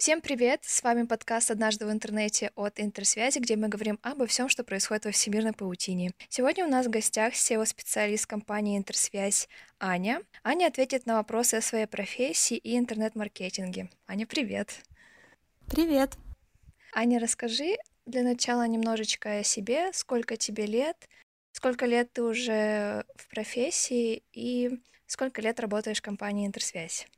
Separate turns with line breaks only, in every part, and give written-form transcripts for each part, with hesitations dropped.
Всем привет! С вами подкаст «Однажды в интернете» от Интерсвязи, где мы говорим обо всем, что происходит во всемирной паутине. Сегодня у нас в гостях SEO-специалист компании Интерсвязь Аня. Аня ответит на вопросы о своей профессии и интернет-маркетинге. Аня, привет!
Привет!
Аня, расскажи для начала немножечко о себе, сколько тебе лет, сколько лет ты уже в профессии и сколько лет работаешь в компании Интерсвязь.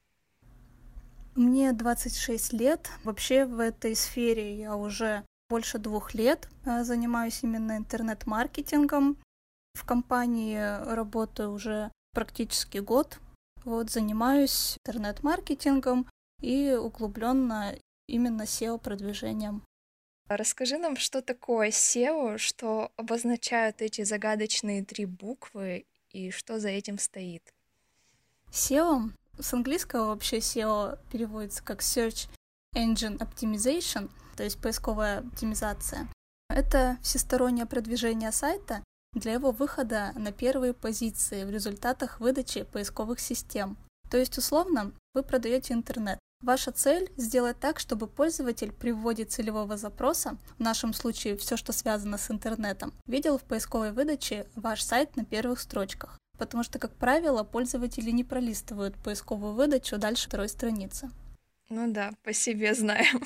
Мне 26 лет. Вообще в этой сфере я уже больше 2 лет занимаюсь именно интернет-маркетингом. В компании работаю уже практически год. Занимаюсь интернет-маркетингом и углубленно именно SEO-продвижением.
Расскажи нам, что такое SEO, что обозначают эти загадочные 3 буквы и что за этим стоит.
SEO, с английского вообще SEO переводится как Search Engine Optimization, то есть поисковая оптимизация. Это всестороннее продвижение сайта для его выхода на первые позиции в результатах выдачи поисковых систем. То есть, условно, вы продаете интернет. Ваша цель — сделать так, чтобы пользователь при вводе целевого запроса, в нашем случае все, что связано с интернетом, видел в поисковой выдаче ваш сайт на первых строчках. Потому что, как правило, пользователи не пролистывают поисковую выдачу дальше второй страницы.
Ну да, по себе знаем.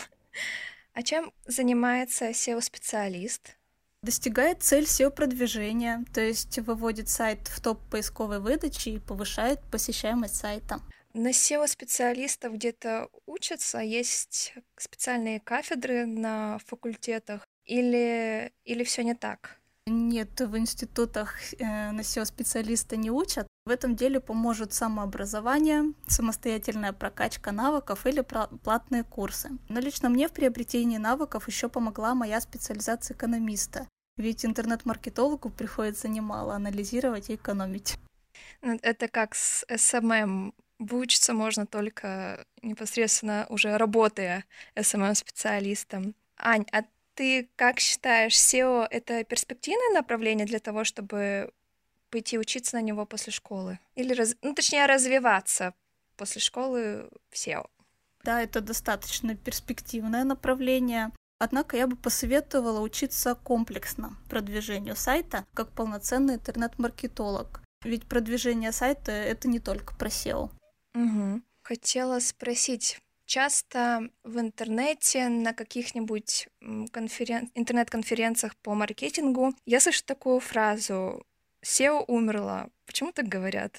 А чем занимается SEO-специалист?
Достигает цель SEO-продвижения, то есть выводит сайт в топ поисковой выдачи и повышает посещаемость сайта.
На SEO-специалистов где-то учатся, есть специальные кафедры на факультетах или все не так?
Нет, в институтах на SEO-специалиста не учат. В этом деле поможет самообразование, самостоятельная прокачка навыков или платные курсы. Но лично мне в приобретении навыков еще помогла моя специализация экономиста. Ведь интернет-маркетологу приходится немало анализировать и экономить.
Это как с SMM. Выучиться можно только непосредственно уже работая SMM-специалистом. Ань, а ты как считаешь, SEO — это перспективное направление для того, чтобы пойти учиться на него после школы? Или, точнее, развиваться после школы в SEO?
Да, это достаточно перспективное направление. Однако я бы посоветовала учиться комплексно продвижению сайта, как полноценный интернет-маркетолог. Ведь продвижение сайта — это не только про SEO.
Угу. Хотела спросить, часто в интернете на каких-нибудь интернет-конференциях по маркетингу я слышу такую фразу «SEO умерла». Почему так говорят?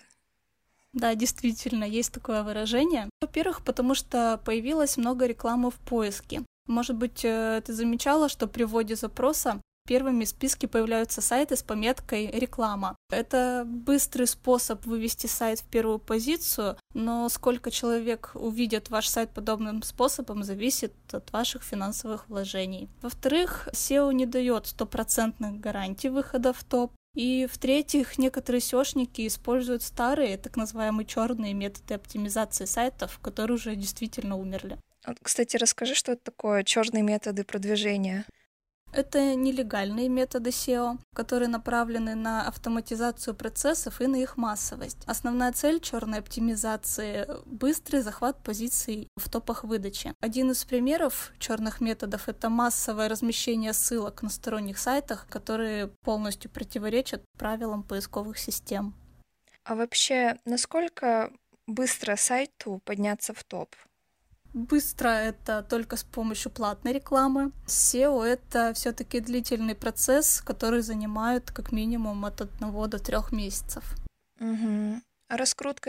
Да, действительно, есть такое выражение. Во-первых, потому что появилось много рекламы в поиске. Может быть, ты замечала, что при вводе запроса первыми в списке появляются сайты с пометкой «реклама». Это быстрый способ вывести сайт в первую позицию, но сколько человек увидят ваш сайт подобным способом, зависит от ваших финансовых вложений. Во-вторых, SEO не дает стопроцентных гарантий выхода в топ. И в-третьих, некоторые SEOшники используют старые, так называемые черные методы оптимизации сайтов, которые уже действительно умерли.
Кстати, расскажи, что это такое черные методы продвижения.
Это нелегальные методы SEO, которые направлены на автоматизацию процессов и на их массовость. Основная цель черной оптимизации — быстрый захват позиций в топах выдачи. Один из примеров черных методов — это массовое размещение ссылок на сторонних сайтах, которые полностью противоречат правилам поисковых систем.
А вообще, насколько быстро сайту подняться в топ?
Быстро — это только с помощью платной рекламы. SEO — это все-таки длительный процесс, который занимает как минимум от 1 до 3 месяцев.
Угу. А раскрутка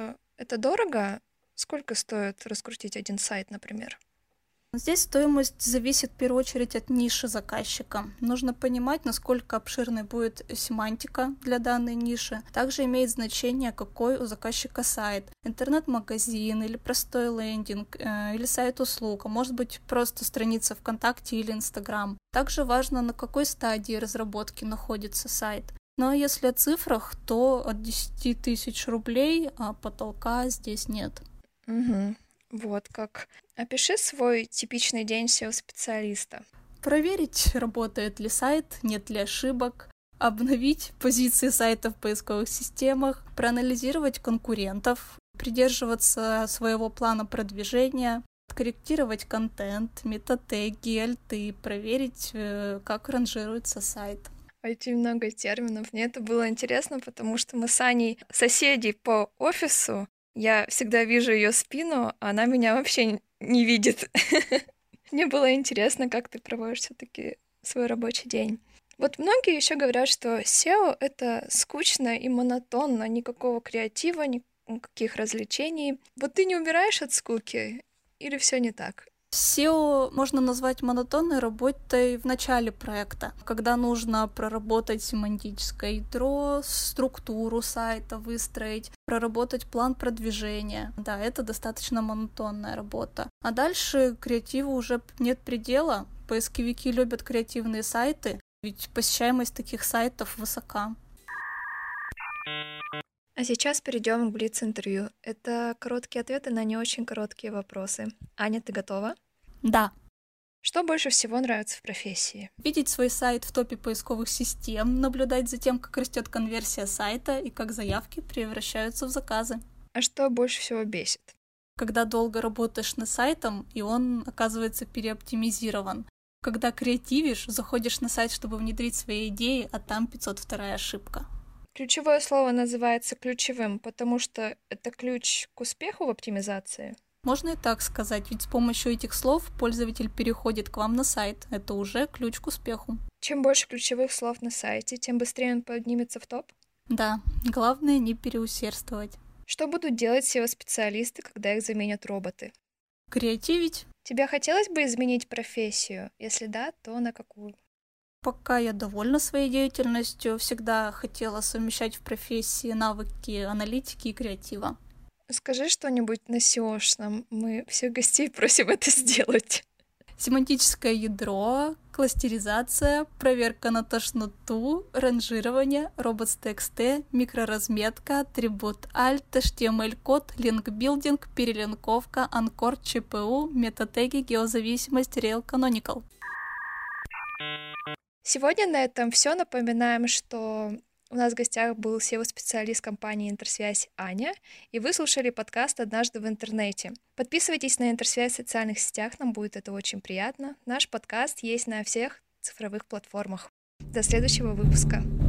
это дорого? Сколько стоит раскрутить один сайт, например?
Здесь стоимость зависит в первую очередь от ниши заказчика. Нужно понимать, насколько обширной будет семантика для данной ниши. Также имеет значение, какой у заказчика сайт. Интернет-магазин или простой лендинг, или сайт услуг, а может быть просто страница ВКонтакте или Инстаграм. Также важно, на какой стадии разработки находится сайт. Но если о цифрах, то от 10 тысяч рублей, а потолка здесь нет.
Угу. Вот как. Опиши свой типичный день SEO-специалиста.
Проверить, работает ли сайт, нет ли ошибок, обновить позиции сайта в поисковых системах, проанализировать конкурентов, придерживаться своего плана продвижения, Корректировать контент, метатеги, альты, проверить, как ранжируется сайт.
Очень много терминов. Мне это было интересно, потому что мы с Аней соседи по офису. Я всегда вижу ее спину, а она меня вообще не видит. Мне было интересно, как ты проводишь все-таки свой рабочий день. Вот многие еще говорят, что SEO — это скучно и монотонно, никакого креатива, никаких развлечений. Вот ты не умираешь от скуки или все не так?
SEO можно назвать монотонной работой в начале проекта, когда нужно проработать семантическое ядро, структуру сайта выстроить, проработать план продвижения. Да, это достаточно монотонная работа. А дальше креативу уже нет предела. Поисковики любят креативные сайты, ведь посещаемость таких сайтов высока.
А сейчас перейдем к блиц-интервью. Это короткие ответы на не очень короткие вопросы. Аня, ты готова?
Да.
Что больше всего нравится в профессии?
Видеть свой сайт в топе поисковых систем, наблюдать за тем, как растет конверсия сайта и как заявки превращаются в заказы.
А что больше всего бесит?
Когда долго работаешь над сайтом, и он оказывается переоптимизирован. Когда креативишь, заходишь на сайт, чтобы внедрить свои идеи, а там 502-я ошибка.
Ключевое слово называется ключевым, потому что это ключ к успеху в оптимизации.
Можно и так сказать, ведь с помощью этих слов пользователь переходит к вам на сайт. Это уже ключ к успеху.
Чем больше ключевых слов на сайте, тем быстрее он поднимется в топ?
Да, главное не переусердствовать.
Что будут делать SEO-специалисты, когда их заменят роботы?
Креативить.
Тебе хотелось бы изменить профессию? Если да, то на какую?
Пока я довольна своей деятельностью, всегда хотела совмещать в профессии навыки аналитики и креатива.
Скажи что-нибудь на SEO-шном. Мы всех гостей просим это сделать.
Семантическое ядро, кластеризация, проверка на тошноту, ранжирование, robots.txt, микроразметка, атрибут alt, HTML-код, линкбилдинг, перелинковка, анкор, ЧПУ, метатеги, геозависимость, Real Canonical.
Сегодня на этом все. Напоминаем, что у нас в гостях был SEO-специалист компании «Интерсвязь» Аня, и вы слушали подкаст «Однажды в интернете». Подписывайтесь на «Интерсвязь» в социальных сетях, нам будет это очень приятно. Наш подкаст есть на всех цифровых платформах. До следующего выпуска.